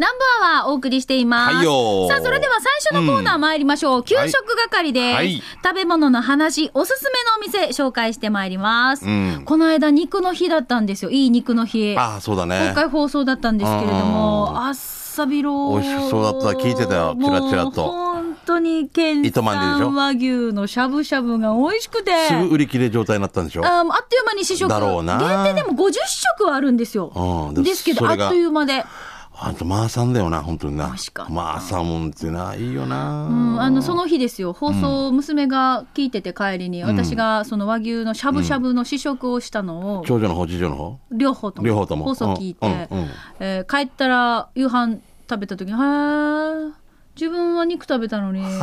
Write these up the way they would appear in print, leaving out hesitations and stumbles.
南部アワーお送りしています。 はいよ。 さあ、それでは最初のコーナー参りましょう。給食係です、 はい。 食べ物の話、おすすめのお店紹介してまいります。この間肉の日だったんですよ。いい肉の日。 ああ、そうだね。 公開放送だったんですけれども、あっさびろ美味しそうだった。聞いてたよ。チラチラと。 本当に県産和牛のしゃぶしゃぶが美味しくて。 すぐ売り切れ状態になったんでしょ。 あっという間に試食。 だろうな。 限定でも50食はあるんですよ。ですけど、あっという間で。 あとマーさんだよな、本当にな。マーさんもんってな、いいよな。 その日ですよ、放送、娘が聞いてて帰りに、私がその和牛のしゃぶしゃぶの試食をしたのを、 長女の方、次女の方両方とも放送聞いて、帰ったら夕飯食べた時に、自分は肉食べたのに、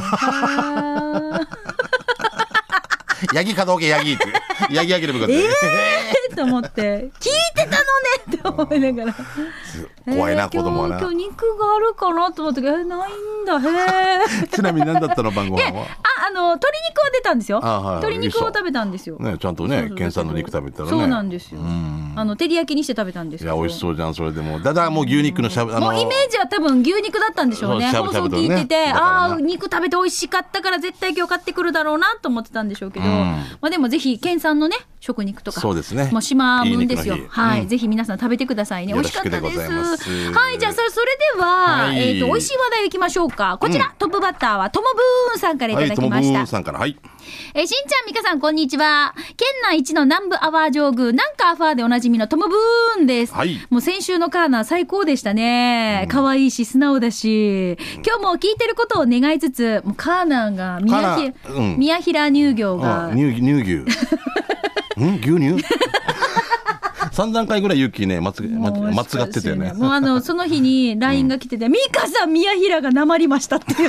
ヤギかどうけヤギってヤギあげればよかったと思って聞いてたのねって思いながら怖いな、子供はな。 今日肉があるかなと思ったけどないんだ。 ちなみに何だったの晩ご飯は。 鶏肉は出たんですよ。鶏肉を食べたんですよ。 ね、ちゃんとね、県産の肉食べたらね。 そうなんですよ。照り焼きにして食べたんですけど。 いや、美味しそうじゃん。それでももう牛肉のしゃぶ、 もうイメージは多分牛肉だったんでしょうね。放送聞いてて、肉食べて美味しかったから絶対今日買ってくるだろうなと思ってたんでしょうけど、でもぜひ県産のね食肉とか、 そうですね。 もう島分ですよ。はい、ぜひ皆さん食べてくださいね。美味しかったです。はい、じゃあそれでは美味しい話題いきましょうか。こちらトップバッターはともぶーんさんからいただきました。 ともぶーんさんから、はい。 しんちゃん、みかさん、こんにちは。県内一の南部アワー上宮、なんかアファーでおなじみのトムブーンです。もう先週のカーナー最高でしたね。可愛いし、素直だし。今日も聞いてることを願いつつ、もうカーナーが宮平乳業が。 乳牛。牛乳3段階ぐらい雪ね、間違ってたよね。 もうその日に LINE が来てて、ミカさん、宮平がなまりましたっていう。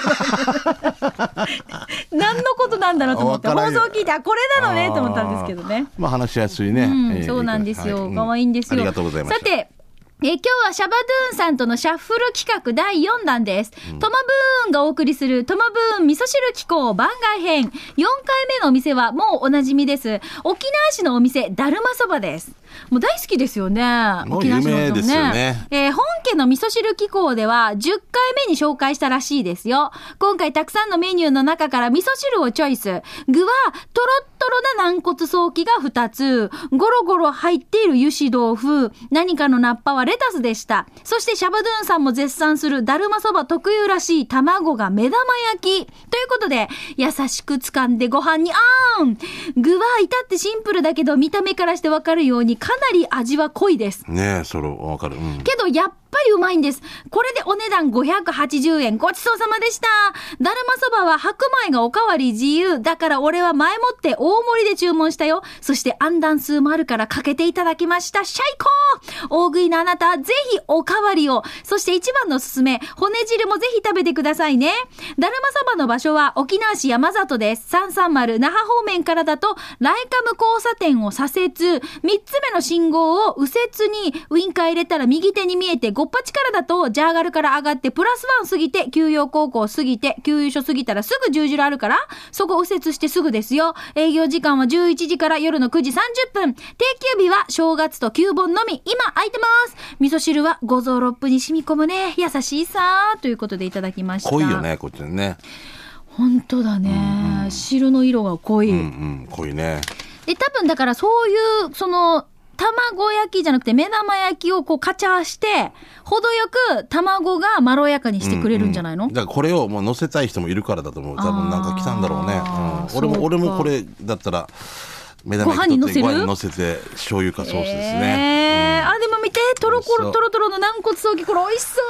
何のことなんだろうと思って、放送聞いて、これなのねと思ったんですけどね。 まあ話しやすいね。 そうなんですよ。可愛いんですよ。 ありがとうございます。 さて、今日はシャバドゥーンさんとのシャッフル企画第4弾です。トマブーンがお送りするトマブーン味噌汁機構番外編。4回目のお店はもうおなじみです。沖縄市のお店、だるまそばです。もう大好きですよね。 もう有名ですよね。 本家の味噌汁機構では10回目に紹介したらしいですよ。今回たくさんのメニューの中から味噌汁をチョイス。具はトロットロな軟骨ソーキが2つ、ゴロゴロ入っている油脂豆腐、何かのナッパはレタスでした。そしてシャバドゥーンさんも絶賛するだるまそば特有らしい卵が目玉焼きということで、優しく掴んでご飯に具は至ってシンプルだけど見た目からしてわかるようにかなり味は濃いですね。それわかる、 けどやっぱりうまいんです。これでお値段580円。ごちそうさまでした。だるまそばは白米がおかわり自由だから俺は前もって大盛りで注文したよ。そしてアンダン数もあるからかけていただきました。シャイコー。大食いのあなたぜひおかわりを。そして一番のおすすめ、骨汁もぜひ食べてくださいね。だるまそばの場所は沖縄市山里です。330那覇方面からだとライカム交差点を左折、3つ目の信号を右折にウインカー入れたら右手に見えて、ごっぱちからだとジャーガルから上がってプラス1過ぎて休養高校過ぎて給油所過ぎたらすぐ十字路あるから、そこ右折してすぐですよ。営業時間は11時から夜の9時30分。定休日は正月と旧盆のみ。今空いてます。味噌汁は五臓六腑に染み込むね。優しいさということでいただきました。 濃いよね、こっちね。 本当だね、汁の色が濃い、 濃いね。 で多分だからそういうその卵焼きじゃなくて目玉焼きをこうカチャして程よく卵がまろやかにしてくれるんじゃないの？ だからこれをもう乗せたい人もいるからだと思う。多分なんか来たんだろうね。俺もこれだったら目玉焼きとってご飯に乗せて醤油かソースですね。 でも見てトロトロの軟骨ソーキ、これ美味しそう。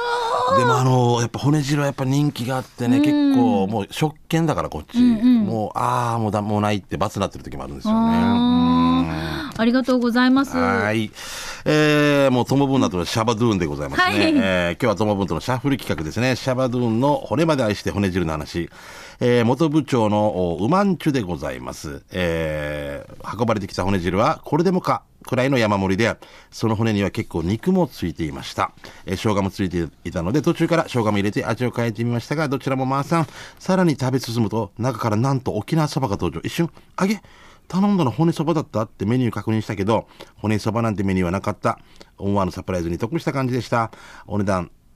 でもやっぱ骨汁はやっぱ人気があってね、結構もう食券だからこっち、もうないって罰になってる時もあるんですよね。 ありがとうございます。 はい。もうトモブーンだとシャバドゥーンでございますね。今日はトモブーンとのシャッフル企画ですね。シャバドゥーンの骨まで愛して骨汁の話。元部長のウマンチュでございます。運ばれてきた骨汁はこれでもかくらいの山盛りで、その骨には結構肉もついていました。生姜もついていたので途中から生姜も入れて味を変えてみましたが、どちらもまあさん。さらに食べ進むと中からなんと沖縄そばが登場。一瞬頼んだの骨そばだったってメニュー確認したけど、骨そばなんてメニューはなかった。思わぬサプライズに得した感じでした。お値段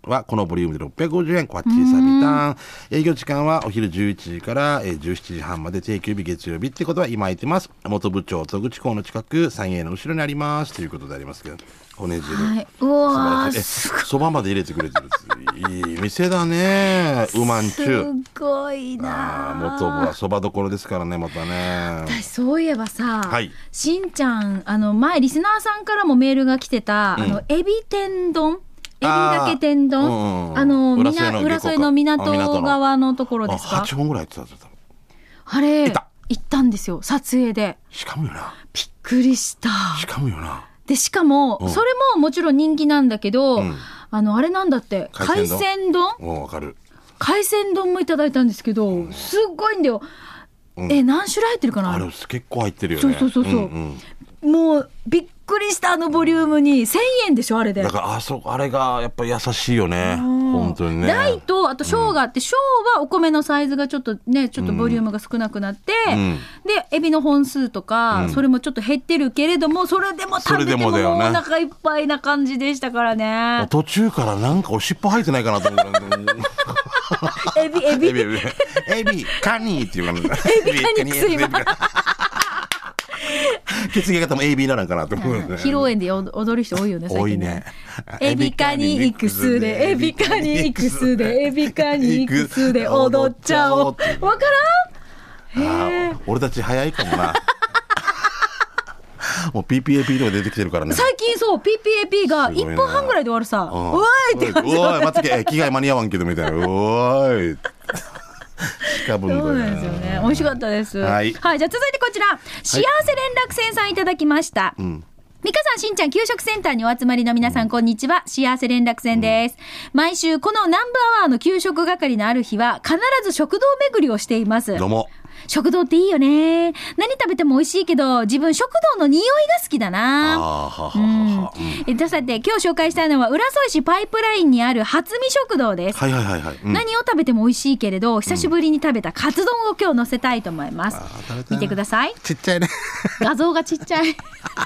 はこのボリュームで650円、こっちサビタン。営業時間はお昼11時から17時半まで、定休日月曜日ってことは今空いてます。元部長戸口港の近く、三栄の後ろにありますということでありますけど、骨汁、 はい、うわー、 そばまで入れてくれてる。いい店だね。うまんちゅう。 すごいな。 元部はそばどころですからね、またね。 私そういえばさ、 はい、 しんちゃん前リスナーさんからもメールが来てた、エビ天丼、エビだけ天丼、浦添の港側のところですか。 8本ぐらいやってたんですよ。 あれ行ったんですよ、撮影で。 しかもよな、 びっくりした。 しかもよな。 でしかも、それももちろん人気なんだけど、あれなんだって、海鮮丼、 わかる。 海鮮丼もいただいたんですけど、すっごいんだよ。何種類入ってるかな。 あれ結構入ってるよね。 そう、もうびっくりした。ボリュームに1000円でしょ、あれで。 だからあれがやっぱり優しいよね、本当にね。 大とあと小があって、小はお米のサイズがちょっとボリュームが少なくなって、でエビの本数とか、それもちょっと減ってるけれども、それでも食べてももうお腹いっぱいな感じでしたからね。 途中からなんかおしっぽ入ってないかなと思うエビカニっていうか、 エビカニ薬今血液型も AB なんかなと思う、 披露宴で踊る人多いよね、 多いね。 エビカニイクスで、エビカニイクスで、エビカニイクスで踊っちゃおう。わからん。 俺たち早いかもな。もう PPAP とか出てきてるからね。 最近そう PPAP が1分半ぐらいで終わるさ。おいって感じ。 おい待ってけ、着替え間に合わんけどみたいな。おい。 そうなんですよね。美味しかったです。はい、じゃあ続いてこちら、幸せ連絡船さんいただきました。美香さん、しんちゃん、給食センターにお集まりの皆さん、こんにちは。幸せ連絡船です。毎週このナンバーワンの給食係のある日は必ず食堂巡りをしています。 どうも。 食堂っていいよね。何食べても美味しいけど、自分食堂の匂いが好きだな。さて今日紹介したいのは浦添市パイプラインにある初見食堂です。何を食べても美味しいけれど、久しぶりに食べたカツ丼を今日載せたいと思います。見てください。 ちっちゃいね。 画像がちっちゃい。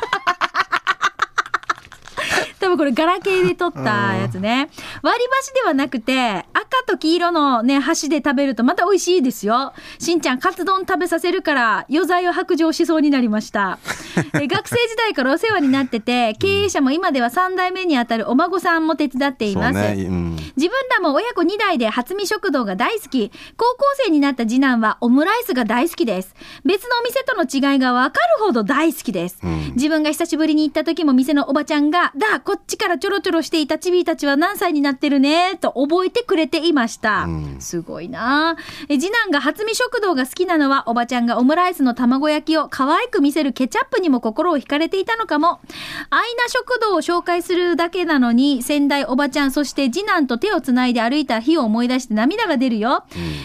多分これガラケーで撮ったやつね。割り箸ではなくて赤と黄色のね箸で食べるとまた美味しいですよ。しんちゃんカツ丼食べさせるから余罪を白状しそうになりました。学生時代からお世話になってて、経営者も今では3代目にあたるお孫さんも手伝っています。自分らも親子2代で初見食堂が大好き。高校生になった次男はオムライスが大好きです。別のお店との違いが分かるほど大好きです。自分が久しぶりに行った時も店のおばちゃんがこっちからちょろちょろしていたチビたちは何歳になってるねと覚えてくれていました。すごいな。次男が初見食堂が好きなのは、おばちゃんがオムライスの卵焼きを可愛く見せるケチャップにも心を惹かれていたのかも。アイナ食堂を紹介するだけなのに、先代おばちゃんそして次男と手をつないで歩いた日を思い出して涙が出るよ。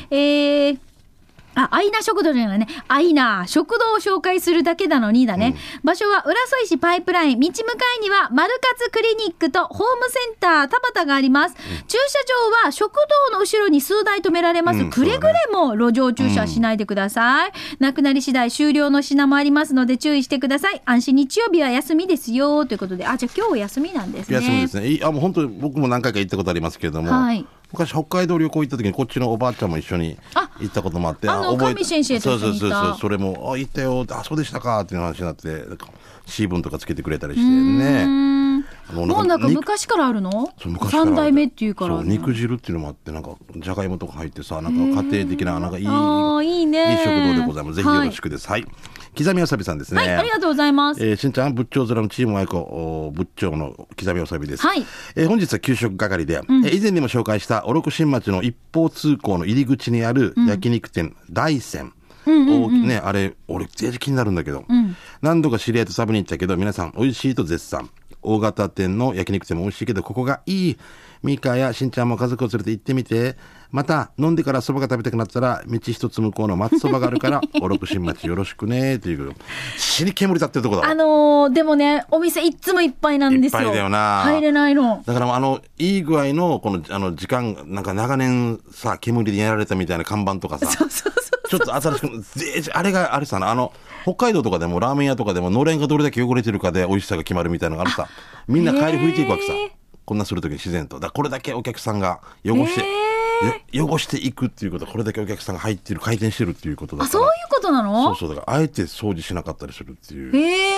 アイナ食堂じゃないね。アイナ食堂を紹介するだけなのにだね。場所は浦添市パイプライン。道向かいにはマルカツクリニックとホームセンター田端があります。駐車場は食堂の後ろに数台止められます。くれぐれも路上駐車しないでください。なくなり次第終了の品もありますので注意してください。安心日曜日は休みですよということで。じゃあ今日は休みなんですね。 休みですね。もう本当に僕も何回か行ったことありますけれども。昔北海道旅行行った時にこっちのおばあちゃんも一緒に行ったこともあって、 上先生と一緒に行った。 そうそれも行ったよ、そうでしたかっていう話になって、シーブンとかつけてくれたりしてね。 もうなんか昔からあるの？3代目っていうから、 ね、肉汁っていうのもあって、なんかじゃがいもとか入ってさ、なんか家庭的ななんかいい食堂でございます。ぜひよろしくです。はい。刻みわさびさんですね。 ありがとうございます。 しんちゃん、仏頂面のチームワイコ仏頂の刻みわさびです。 はい。 本日は給食係で、以前にも紹介した小禄新町の一方通行の入り口にある焼肉店、大山。ね、あれ俺全然気になるんだけど、何度か知り合いと食べに行ったけど、皆さん美味しいと絶賛。大型店の焼肉店も美味しいけど、ここがいい。ミカやしんちゃんも家族を連れて行ってみて。また飲んでからそばが食べたくなったら、道一つ向こうの松そばがあるから小禄新町よろしくねっていう。死に煙立ってるとこだ。 でもね、お店いつもいっぱいなんですよ。 いっぱいだよな。 入れないの。 だからいい具合のこの時間、なんか長年さ煙でやられたみたいな看板とかさ、ちょっと新しく、あれがあれさな、北海道とかでもラーメン屋とかでものれんがどれだけ汚れてるかで美味しさが決まるみたいなのがあるさ。みんな帰り拭いていくわけさ。 こんなするときに自然と。だからこれだけお客さんが汚していくっていうことは、これだけお客さんが入ってる、回転してるっていうことだから。 あ、そういうことなの？ そうそう。だからあえて掃除しなかったりするっていう。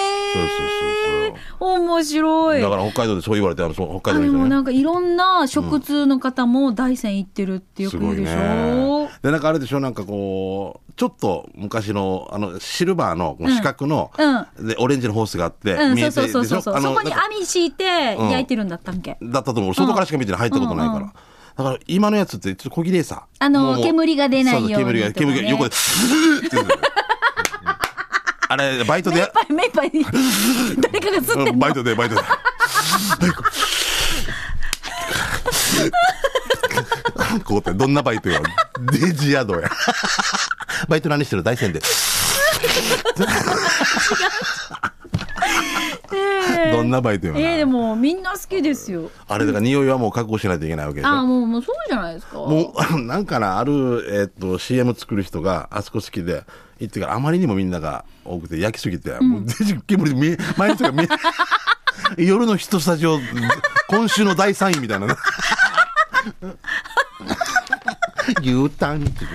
そう面白い。 だから北海道でそう言われて、北海道でもなんかいろんな食通の方も大山行ってるってよく言うでしょ。 ね、でなんかあれでしょ、なんかこうちょっと昔のシルバーの四角の、でオレンジのホースがあって、見えてるでしょ。 そこに網敷いて焼いてるんだったっけ？ だったと思う。外からしか見てない、入ったことないから。だから今のやつってちょっと小切れさ。 煙が出ないように、ね。 煙が横であれバイトで目いっぱい誰かが吸ってんの。 バイトでこうってどんなバイトよ。デジヤドや。バイト何してる？大山で。どんなバイトよな。 でもみんな好きですよ。 あれだから匂いはもう覚悟しないといけないわけでしょ。 もうそうじゃないですか。 もうなんかな、あるCM 作る人があそこ好きで行ってから、あまりにもみんなが多くて焼きすぎて、もうデジ煙で前の人が夜の一スタジオ今週の第3位みたいな。牛タンって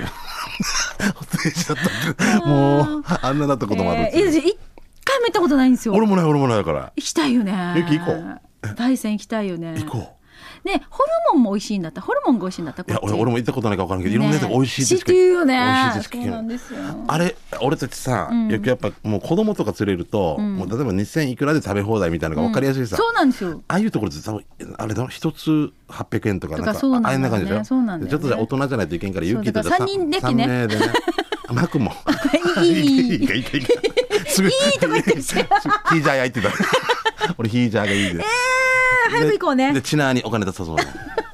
もうあんななったこともある。 一回も行ったことないんですよ。 俺もないだから。 行きたいよね。 行こう。 大山行きたいよね。 行こう。ね、ホルモンも美味しいんだった。ホルモンが美味しいんだった。 いや、俺も行ったことないか分からんけど、いろんなやつが美味しいって言うよね。 美味しいです。 そうなんですよ。 あれ、俺たちさ、よくやっぱもう子供とか連れると、もう例えば2000いくらで食べ放題みたいなのが分かりやすいさ。 そうなんですよ。 ああいうところで多分あれだろ、一つ800円とかなんかあんな感じでしょ。 そうなんだよね。 ちょっとじゃ大人じゃないといけんから、勇気と 3人できね。 3名でね。マクも。 いいすぐいいとか言ってるし。 ヒージャー焼いてた。俺ヒージャーがいいで。 早く行こうね。 でチナーにお金出さそうね。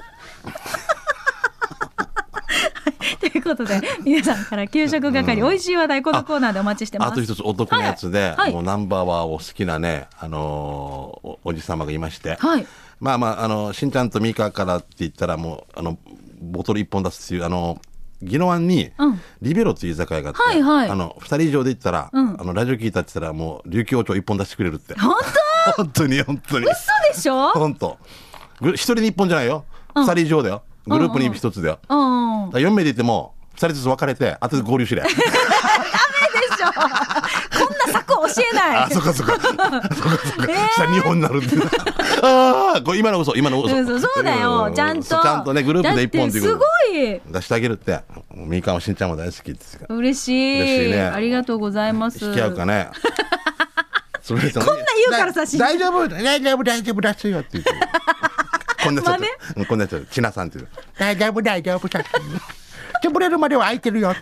ということで皆さんから給食係、美味しい話題このコーナーでお待ちしてます。 あと一つお得なやつで、もうナンバーワンを好きなね、おじ様がいまして、まあしんちゃんとミカからって言ったらもうボトル1本出すっていう宜野湾にリベロっていう居酒屋があって、2人以上で行ったら、ラジオ聞いたって言ったらもう琉球王朝1本出してくれるって。本当に嘘でしょ。 本当1人に1本じゃないよ、2人以上だよ、グループに1つだよ。4名で行っても2人ずつ分かれて後で合流しれ。ダメでしょ。こんな策教えない。 そっかした2本になるって。これ今の嘘。 そうだよ。ちゃんとね、グループで1本っていうすごい出してあげるって。みーかんはしんちゃんも大好きですから。 嬉しいね。ありがとうございます。 引き合うかね。 こんな言うからさ、 大丈夫だすよって言って。こんなやつちなさんっていう。大丈夫潰れるまでは空いてるよ。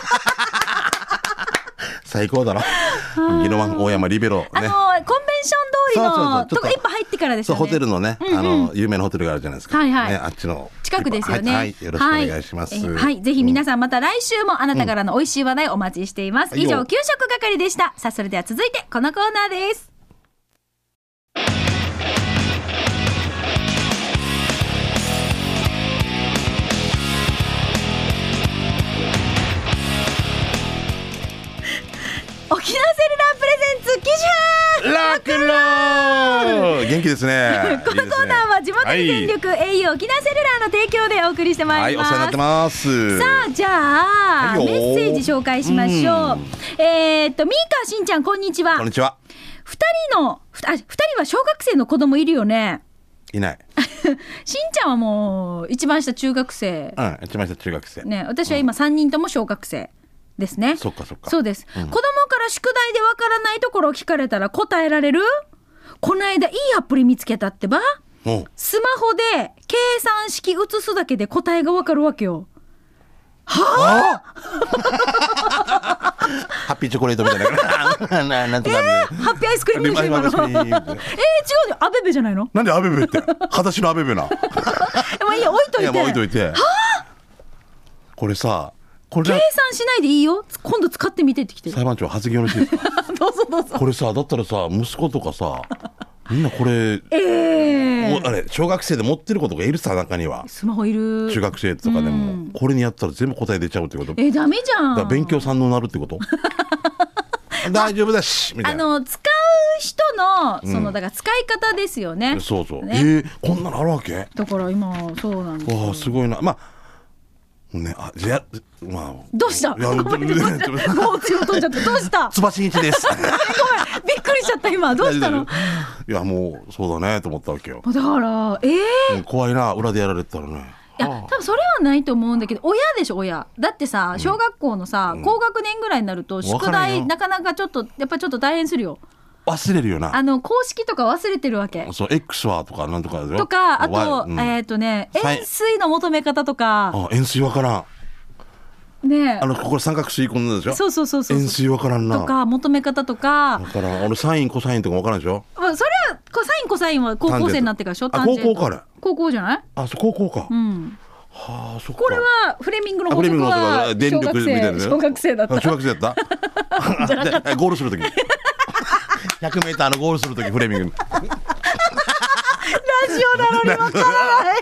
最高だろ。宜野湾大山リベロね。 コンベンション通りのとこ一歩入ってからですよね。 ホテルのね、有名なホテルがあるじゃないですか。あっちの近くですよね。 よろしくお願いします。 はい、ぜひ皆さんまた来週もあなたからの美味しい話題お待ちしています。以上給食係でした。さあそれでは続いてこのコーナーです。沖縄セルラープレゼンツ機種ラックンロール元気ですね。 このコーナーは地元に全力、au 沖縄セルラーの提供でお送りしてまいります。 はい、お世話になってます。 さあじゃあ、メッセージ紹介しましょう。ミーカしんちゃんこんにちは。 こんにちは。 2人は小学生の子供いるよね。 いない。 しんちゃんはもう一番下中学生。 一番下中学生。 ね、私は今3人とも小学生。ですね。 そっか。 そうです、子供から宿題でわからないところを聞かれたら答えられる？この間いいアプリ見つけたってば。スマホで計算式写すだけで答えがわかるわけよ。はあハッピーチョコレートみたいな。なんとかハッピーアイスクリームでしょ今の。違うよ、アベベじゃないの？ なんでアベベって？裸足のアベベな。 まあいいや、置いといて。はあ。 これさ。 計算しないでいいよ。今度使ってみてってきてる。 裁判長発言よろしいですか？ どうぞ。 これさ、だったらさ、息子とかさ、みんなこれ、もうあれ小学生で持ってる子とかいるさ、中にはスマホいる中学生とかでも、これにやったら全部答え出ちゃうってこと。 ダメじゃん。 だから勉強3のなるってこと。大丈夫だしみたいな。 使人のそのだから使い方ですよね。 そうそう、 ね、 こんなのあるわけ。 だから今そうなんですよ。 わあすごいな。まあね、じゃまあどうした？ごめんもう強飛んじゃった。どうした？ つばしんいちです。 ごめん、びっくりしちゃった今。どうしたの？ いやもうそうだねと思ったわけよ。 だから怖いな、裏でやられてたらね。 いや多分それはないと思うんだけど、親でしょ親。だってさ小学校のさ、高学年ぐらいになると宿題なかなかちょっとやっぱりちょっと大変するよ。 忘れるよな。 公式とか忘れてるわけ。 そう X はとかなんとかだよ。 とかあと、塩水の求め方とか。 塩水わからん。 ねここ三角錐こんなでしょ。 そう塩水わからんな。 とか求め方とか。 だから俺サインコサインとかわからんでしょ。 それはサインコサインは高校生になってからでしょ。 高校から。 高校じゃない？ そう高校か。 はあ、そっか。これはフレミングの法則は電力みたいな。 小学生だった。 小学生だった。ゴールするとき。100メーターのゴールするときフレミング。 ラジオなのにわからない。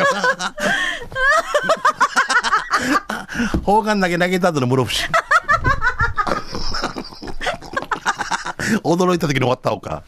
砲丸投げた後の室伏。驚いたときに終わったほか。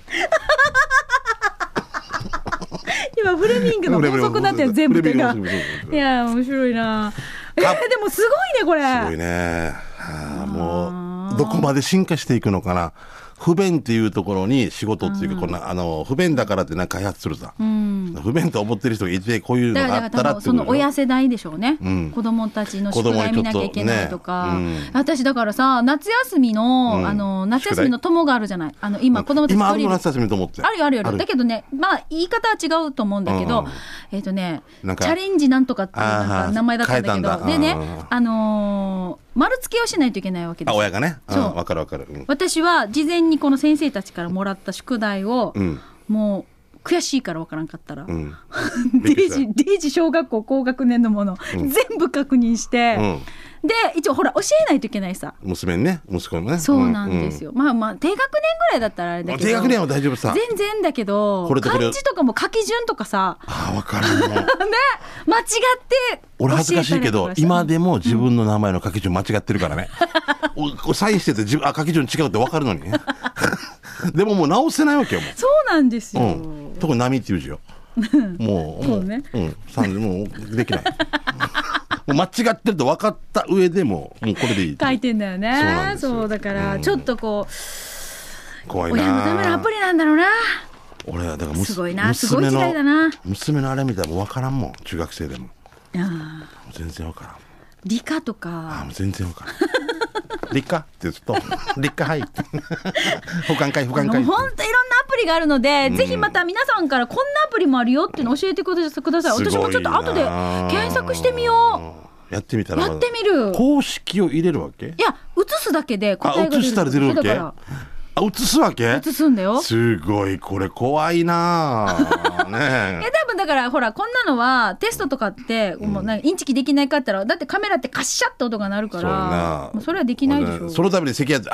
今フレミングの法則だって全部手が。いや面白いな。でもすごいねこれ。 すごいね。もうどこまで進化していくのかな。不便っていうところに仕事っていうか、こんな不便だからってなんか開発するさ、不便と思ってる人がいてこういうのがあったらってその親世代でしょうね、子供たちの宿題見なきゃいけないとか、私だからさ夏休みの、夏休みの友があるじゃない。今子供たち今あるの夏休みの友ってあるだけどね、まあ言い方は違うと思うんだけど、チャレンジなんとかっていうなんか名前だったんだけど、でね丸付けをしないといけないわけです。 親がね。わかるわかる。 私は事前にこの先生たちからもらった宿題を、もう悔しいからわからんかったら、デイジ小学校高学年のもの、全部確認して、で一応ほら教えないといけないさ、 娘にね、息子にね。 そうなんですよ。まあ低学年ぐらいだったらあれだけど、 低学年は大丈夫さ。 全然だけど漢字とかも書き順とかさ、 わからんね。 ね間違って俺恥ずかしいけど今でも自分の名前の書き順間違ってるからね。サインしてて書き順違うって分かるのに。でももう直せないわけよ。 そうなんですよ。 特に波っていう字よ。もうね、もうできない。もう間違ってると分かった上でもうこれでいい書いてんだよね。そうだからちょっとこう怖いな。親のためのアプリなんだろうな。 俺はだからすごいな、すごい時代だな。 娘のあれ見たらもう分からんもん、中学生でも。全然分からん。 理科とか全然分からん。理科って言うと理科はい保管会本当いろんなアプリがあるので、ぜひまた皆さんからこんなアプリもあるよっていうのを教えてください。私もちょっと後で検索してみよう。 やってみたらやってみる。 公式を入れるわけ？ いや映すだけで答えが出る。 映したら出るわけ？映すわけ？ 映すんだよ。 すごいこれ怖いな。ねえ多分だからほらこんなのはテストとかってもうインチキできないかったら、だってカメラってカッシャって音が鳴るから、それはできないでしょ。 そのために咳やって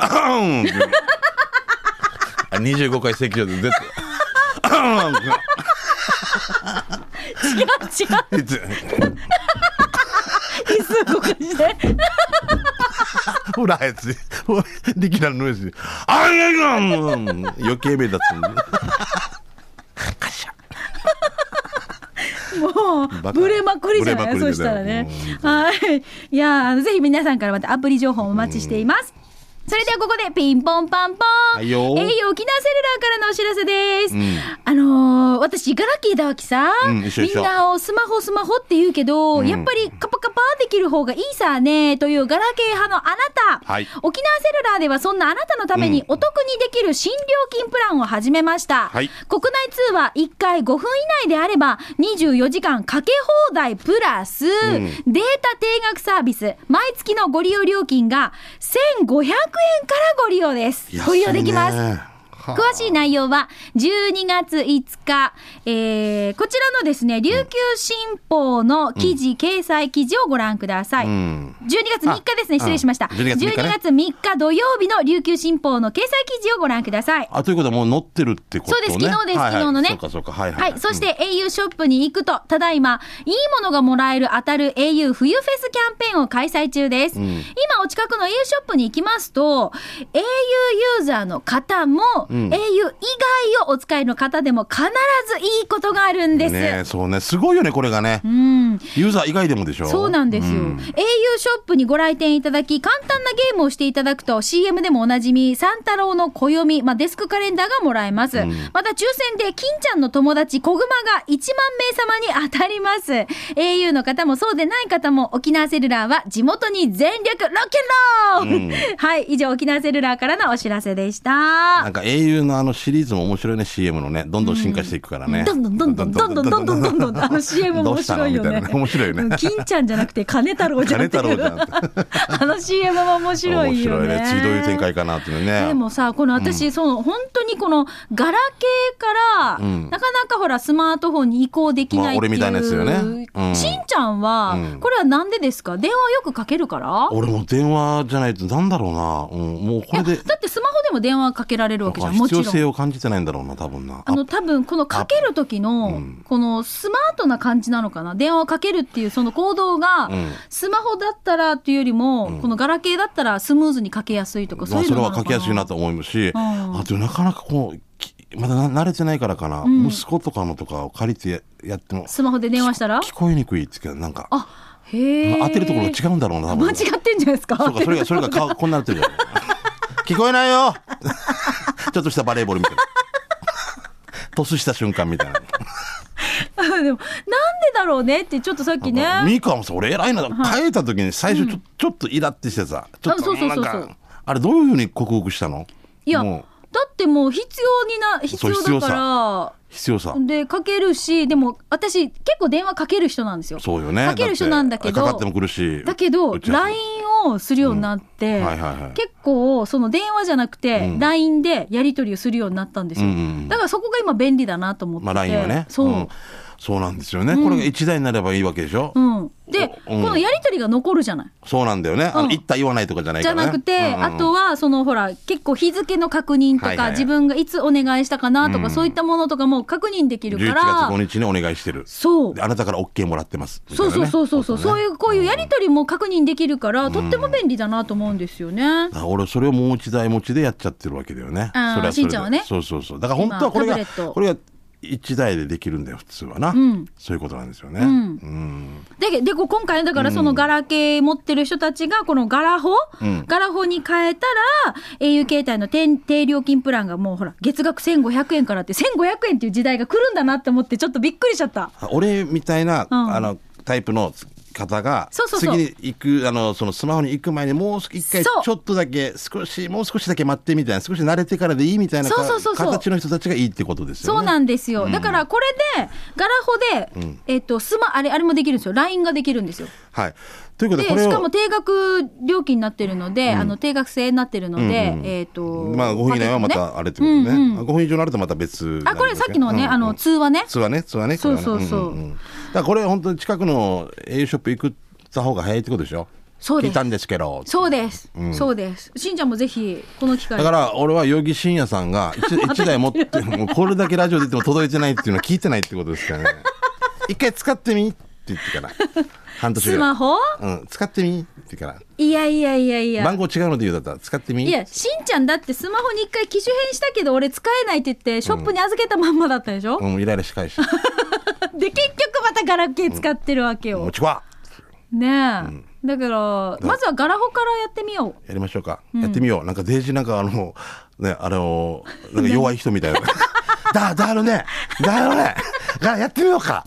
25回咳やって絶対違う椅子動かしてほらやつできないのやつ余計目立つんでカシャもうブレまくりじゃない。そうしたらね。はい。いやぜひ皆さんからまたアプリ情報をお待ちしています。それではここでピンポンパンポン、 はいよ。 沖縄セルラーからのお知らせです。私ガラケーだわけさ、みんなスマホって言うけど、やっぱりカパカパできる方がいいさねというガラケー派のあなた、沖縄セルラーではそんなあなたのためにお得にできる新料金プランを始めました。国内通話1回5分以内であれば24時間かけ放題プラス、データ定額サービス毎月のご利用料金が1500円からご利用です。ご利用できます。詳しい内容は12月5日、こちらのですね琉球新報の記事、掲載記事をご覧ください。12月3日ですね、失礼しました。12月3日土曜日の琉球新報の掲載記事をご覧ください。 ということはもう載ってるってことね。 そうです、昨日です、昨日のね。そして au ショップに行くとただいまいいものがもらえる当たる au 冬フェスキャンペーンを開催中です。今お近くの au ショップに行きますと au ユーザーの方も、 au 以外をお使いの方でも必ずいいことがあるんです。 ね、そうね、すごいよねこれがね。ユーザー以外でもでしょ。 そうなんですよ。au ショップにご来店いただき、簡単なゲームをしていただくと CM でもおなじみ三太郎の暦、デスクカレンダーがもらえます。また抽選で金ちゃんの友達小熊が1万名様に当たります。au の方もそうでない方も沖縄セルラーは地元に全力ロッキンロール、はい、以上沖縄セルラーからのお知らせでした。 なんか au のシリーズも面白いね。 CM のね、どんどん進化していくからね、 どんどん CM 面白いよね。 面白いよね。 金ちゃんじゃなくて金太郎じゃんっていうCM も面白いよね。 面白いね。次どういう展開かなっていうね。でもさ、この私、本当にこのガラケーから、なかなかほらスマートフォンに移行できないっていう、 俺みたいなやつよね。 しんちゃんは、これはなんでですか？電話よくかけるから？ 俺も電話じゃないとなんだろうな、もうこれでだってスマホでも電話かけられるわけじゃん。もちろん必要性を感じてないんだろうな、多分な。 多分このかける時のこのスマートな感じなのかな。電話をかけるっていうその行動が、スマホだったらっていうよりも、このガラケーだったらスムーズにかけやすいとか、そういうのなのかな。 それはかけやすいなと思いますし、あとなかなかこうまだ慣れてないからかな、息子とかのとかを借りてやってもスマホで電話したら聞こえにくいっていうか、なんかへ当てるところが違うんだろうな、多分。 間違ってんじゃないですか。 そうか、それがこんなってるじゃん聞こえないよちょっとしたバレーボールみたいなトスした瞬間みたいなでもなんでだろうねってちょっとさっきね。 ミカもさ、俺偉いな、変えた時に最初ちょっとイラってしてさ、ちょっとなんかあれどういうふうに克服したの？ いや、だってもう必要だから必要さでかけるし、でも私結構電話かける人なんですよ。 そうよね。 かける人なんだけど、 かかっても来るし、 だけど LINE をするようになって、結構その電話じゃなくて LINE でやり取りをするようになったんですよ。だからそこが今便利だなと思ってて、 LINE はね、そうなんですよね。これが1台になればいいわけでしょ。で、このやり取りが残るじゃない。そうなんだよね。言った言わないとかじゃないからね。 じゃなくて、あとはそのほら結構日付の確認とか、自分がいつお願いしたかなとか、そういったものとかも確認できるから。 11月5日にお願いしてる。そう。あなたから OK もらってます。 そう。こういうやり取りも確認できるから、とっても便利だなと思うんですよね。 俺それをもう一台持ちでやっちゃってるわけだよね。 しんちゃんはね。 そう。だから本当はこれが1台でできるんだよ普通はな、そういうことなんですよね。 で今回だからそのガラケー持ってる人たちがこのガラホに変えたら au 携帯の低料金プランがもうほら月額1500円からって1500円っていう時代が来るんだなって思ってちょっとびっくりしちゃった。 俺みたいな、タイプの方が次に行くそのスマホに行く前にもう一回ちょっとだけもう少しだけ待ってみたいな、少し慣れてからでいいみたいな形の人たちがいいってことですよね。そうなんですよ。 だからこれでガラホで、あれもできるんですよ。 LINE ができるんですよ。 はい。ということでこれをしかも定額料金になってるので、定額制になってるので、 5分以内はまたあれってことね。5分以上になるとまた別。 これさっきのね、通話ね。 そう。だからこれ本当に近くの au ショップ行った方が早いってことでしょ。そうです。聞いたんですけど。 そうです。しんちゃんもぜひこの機会。 だから俺は代木真也さんが1台持ってもうこれだけラジオ出ても届いてないっていうのは聞いてないってことですからね。一回使ってみって言ってから半年ぐらい。 スマホ？ 使ってみって言ってから。 いや。 番号違うので言うだったら使ってみ。 いや、しんちゃんだってスマホに一回機種変したけど俺使えないって言ってショップに預けたまんまだったでしょ。 イライラし返し。 で結局またガラケー使ってるわけよ。 もちは。 ねえ、だからまずはガラホからやってみよう。 やりましょうか。やってみよう。なんかデージなんかなんか弱い人みたいな。だよね。やってみようか。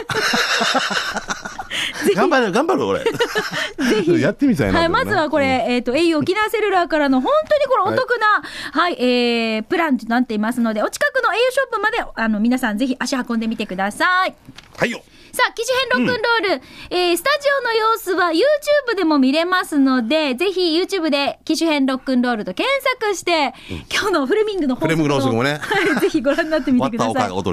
頑張る俺。ぜひやってみたいな。 はい、まずはこれau 沖縄セルラーからの本当にこれお得なプランとなっていますので、お近くの au ショップまで皆さんぜひ足運んでみてください。 はいよ。 さあ、機種編ロックンロール、スタジオの様子は YouTube でも見れますので、ぜひ YouTube で機種編ロックンロールと検索して、今日のフレミングの放送もね、 ぜひご覧になってみてください。 割ったおかが踊り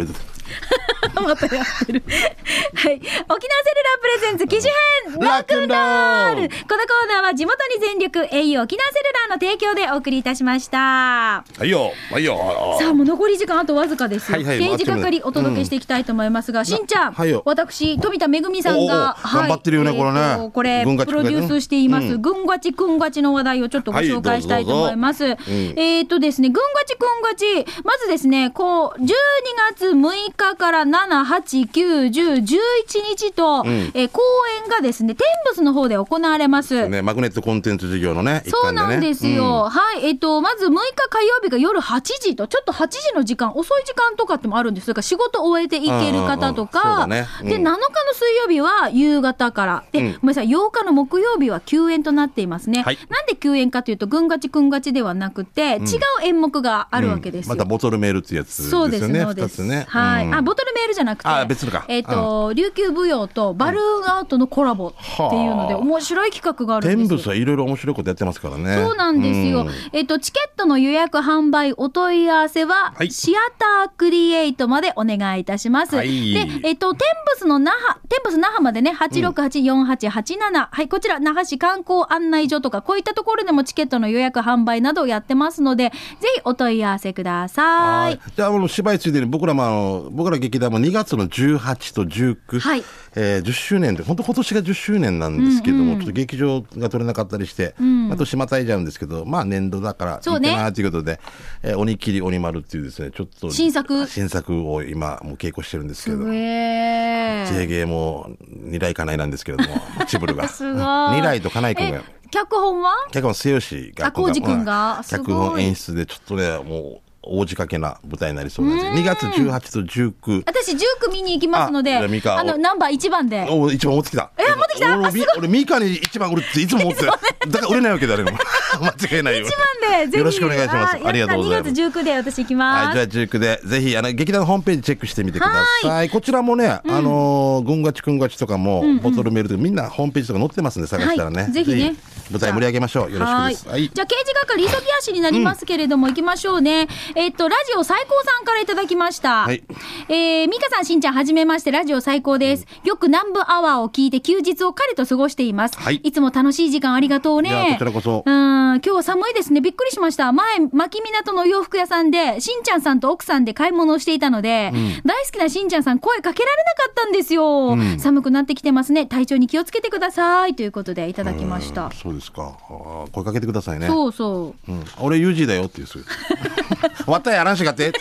またやってる。はい。沖縄セルラープレゼンツ機種編ロックンロール。このコーナーは地元に全力 au 沖縄セルラーの提供でお送りいたしました。 はいよ、はいよ。 さあもう残り時間あとわずかですよ。 はいはい、 刑事係お届けしていきたいと思いますが、しんちゃん、はいよ、私富田めぐみさんが、 はい、頑張ってるよね、これね。 これプロデュースしています、ぐんがちくんがちの話題をちょっとご紹介したいと思います。ですね、ぐんがちくんがち、まずですね、こう12月6日から7、8、9、10、11日と、公演がですね、天仏の方で行われます。 ね、マグネットコンテンツ事業のね、一環でね。 そうなんですよ。はい。まず6日火曜日が夜8時と、ちょっと8時の時間、遅い時間とかってもあるんです。だから仕事を終えていける方とか、で、7日の水曜日は夕方から、で、ごめんなさい、8日の木曜日は休演となっていますね。はい、なんで休演かというと、ぐんがちくんがちではなくて、違う演目があるわけですよ。 またボトルメールってやつですよね。そうです。ね。 はい。ボトルメールじゃなくて、 別のか。 琉球舞踊とバルーンアートのコラボっていうので、面白い企画があるんですよ。 天仏はいろいろ面白いことやってますからね。 そうなんですよ。チケットの予約販売お問い合わせは、シアタークリエイトまでお願いいたします。で、天仏那覇までね、8684887、はい、こちら那覇市観光案内所とか、こういったところでもチケットの予約販売などをやってますので、ぜひお問い合わせください。 じゃあ、芝居ついでに僕ら劇団も2月の18と19、はい、10周年で、本当今年が10周年なんですけども、ちょっと劇場が取れなかったりして、年またいじゃうんですけど、まあ年度だからいいかなということで、鬼切り鬼丸っていうですね、ちょっと新作を今もう稽古してるんですけど、J芸も2来かないなんですけれども、チブルが2来と金井君が、 脚本は末吉が、 浩二君が脚本演出でちょっとね、もう大仕掛けな舞台になりそうなんです。2月18と19。 私19見に行きますので、ナンバー1番で。 1番持ってきた。 持ってきた。 俺ミカに1番売るっていつも思ってる。だから売れないわけだね。間違いないよ。 1番でぜひよろしくお願いします。ありがとうございます。 2月19で私行きます。 はい、じゃあ19でぜひ劇団のホームページチェックしてみてください。こちらもね、ぐんがちくんがちとかもボトルメールとかみんなホームページとか載ってますんで探したらね。ぜひね。舞台盛り上げましょう。よろしくです。はい。 じゃあ刑事係急ぎ足になりますけれども行きましょうね。ラジオ最高さんからいただきました。はい。ミカさん、しんちゃん、はじめまして。ラジオ最高です。よく南部アワーを聞いて休日を彼と過ごしています。はい。いつも楽しい時間ありがとうね。 いや、こちらこそ。 今日は寒いですね。びっくりしました。前、牧港の洋服屋さんで、しんちゃんさんと奥さんで買い物をしていたので、大好きなしんちゃんさん声かけられなかったんですよ。寒くなってきてますね。体調に気をつけてください。ということでいただきました。 そうですか。声かけてくださいね。 そうそう。 俺 UG だよって言う。わったやらんしがってって。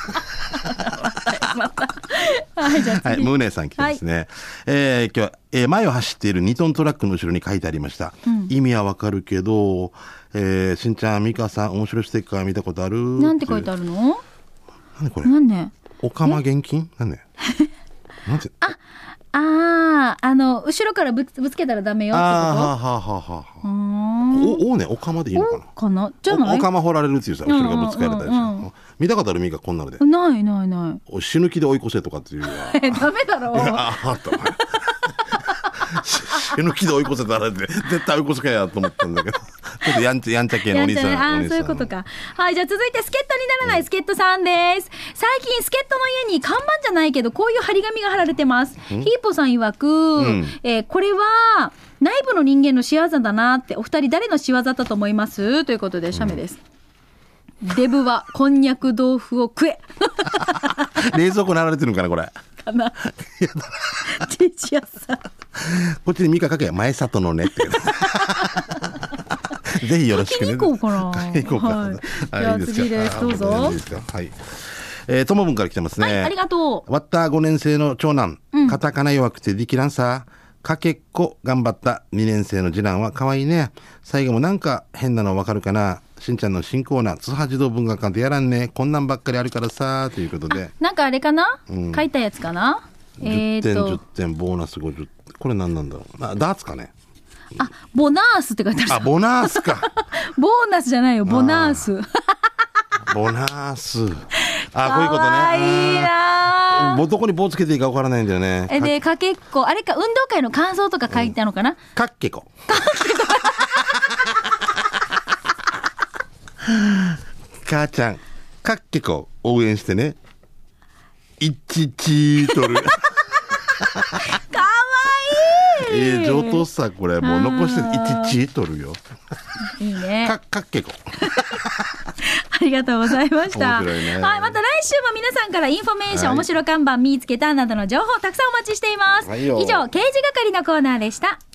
はい、じゃあ次。ムーネさん来てですね。今日は、前を走っている2トントラックの後ろに書いてありました。意味はわかるけど、しんちゃん、ミカさん、面白いステッカー見たことある？ なんて書いてあるの？ なんでこれ？ なんで？ おかま現金？なんで？なんで？ 後ろからぶつけたらダメよってこと？ おかまでいいのかな？ かな？じゃない？ おかま掘られるっていうさ、後ろがぶつかれたりして。見たことある？ミカこんなので。 ない。 死ぬ気で追い越せとかっていう。 ダメだろ。 死ぬ気で追い越せたらって絶対追い越すかやと思ったんだけど、ちょっとやんちゃ系のお兄さん。 そういうことか。はい、じゃあ続いて助っ人にならない助っ人さんです。最近助っ人の家に看板じゃないけどこういう張り紙が貼られてます。ヒーポさん曰く、これは内部の人間の仕業だなって。お二人誰の仕業だと思います？ということで写メです。デブはこんにゃく豆腐を食え。 冷蔵庫に貼られてるのかなこれ。 かな。チチヤさん。 こっちにミカかけ前里のねって。ぜひよろしくね。 行こうかな。 行こうか。 はい。じゃあ次です。どうぞ。 はい。ともぶんから来てますね。 はい、ありがとう。 わった5年生の長男、カタカナ弱くてできらんさ。かけっこ頑張った2年生の次男は可愛いね。最後もなんか変なの分かるかな。しんちゃんの新コーナー津波児童文学館でやらんね。こんなんばっかりあるからさということで。 なんかあれかな、書いたやつかな。 10点10点ボーナス50。これ何なんだろう。ダーツかね。 ボナースって書いてある。 ボナースか。 ボーナスじゃないよ。ボナース。 ボナース。こういうことね。 かいいな。 どこに棒つけていいか分からないんだよね。 で、かけっこ、あれか、運動会の感想とか書いてあるのかな。 かっけこ。母ちゃん、かっけこ応援してね。 1チートル。 かわいい。 上等さ、これ。もう残して1チートルよ。 いいね。 かっけこ。 ありがとうございました。 面白いね。 はい、また来週も皆さんからインフォメーション、 はい、 面白看板見つけたなどの情報たくさんお待ちしています。 はいよ。 以上、刑事係のコーナーでした。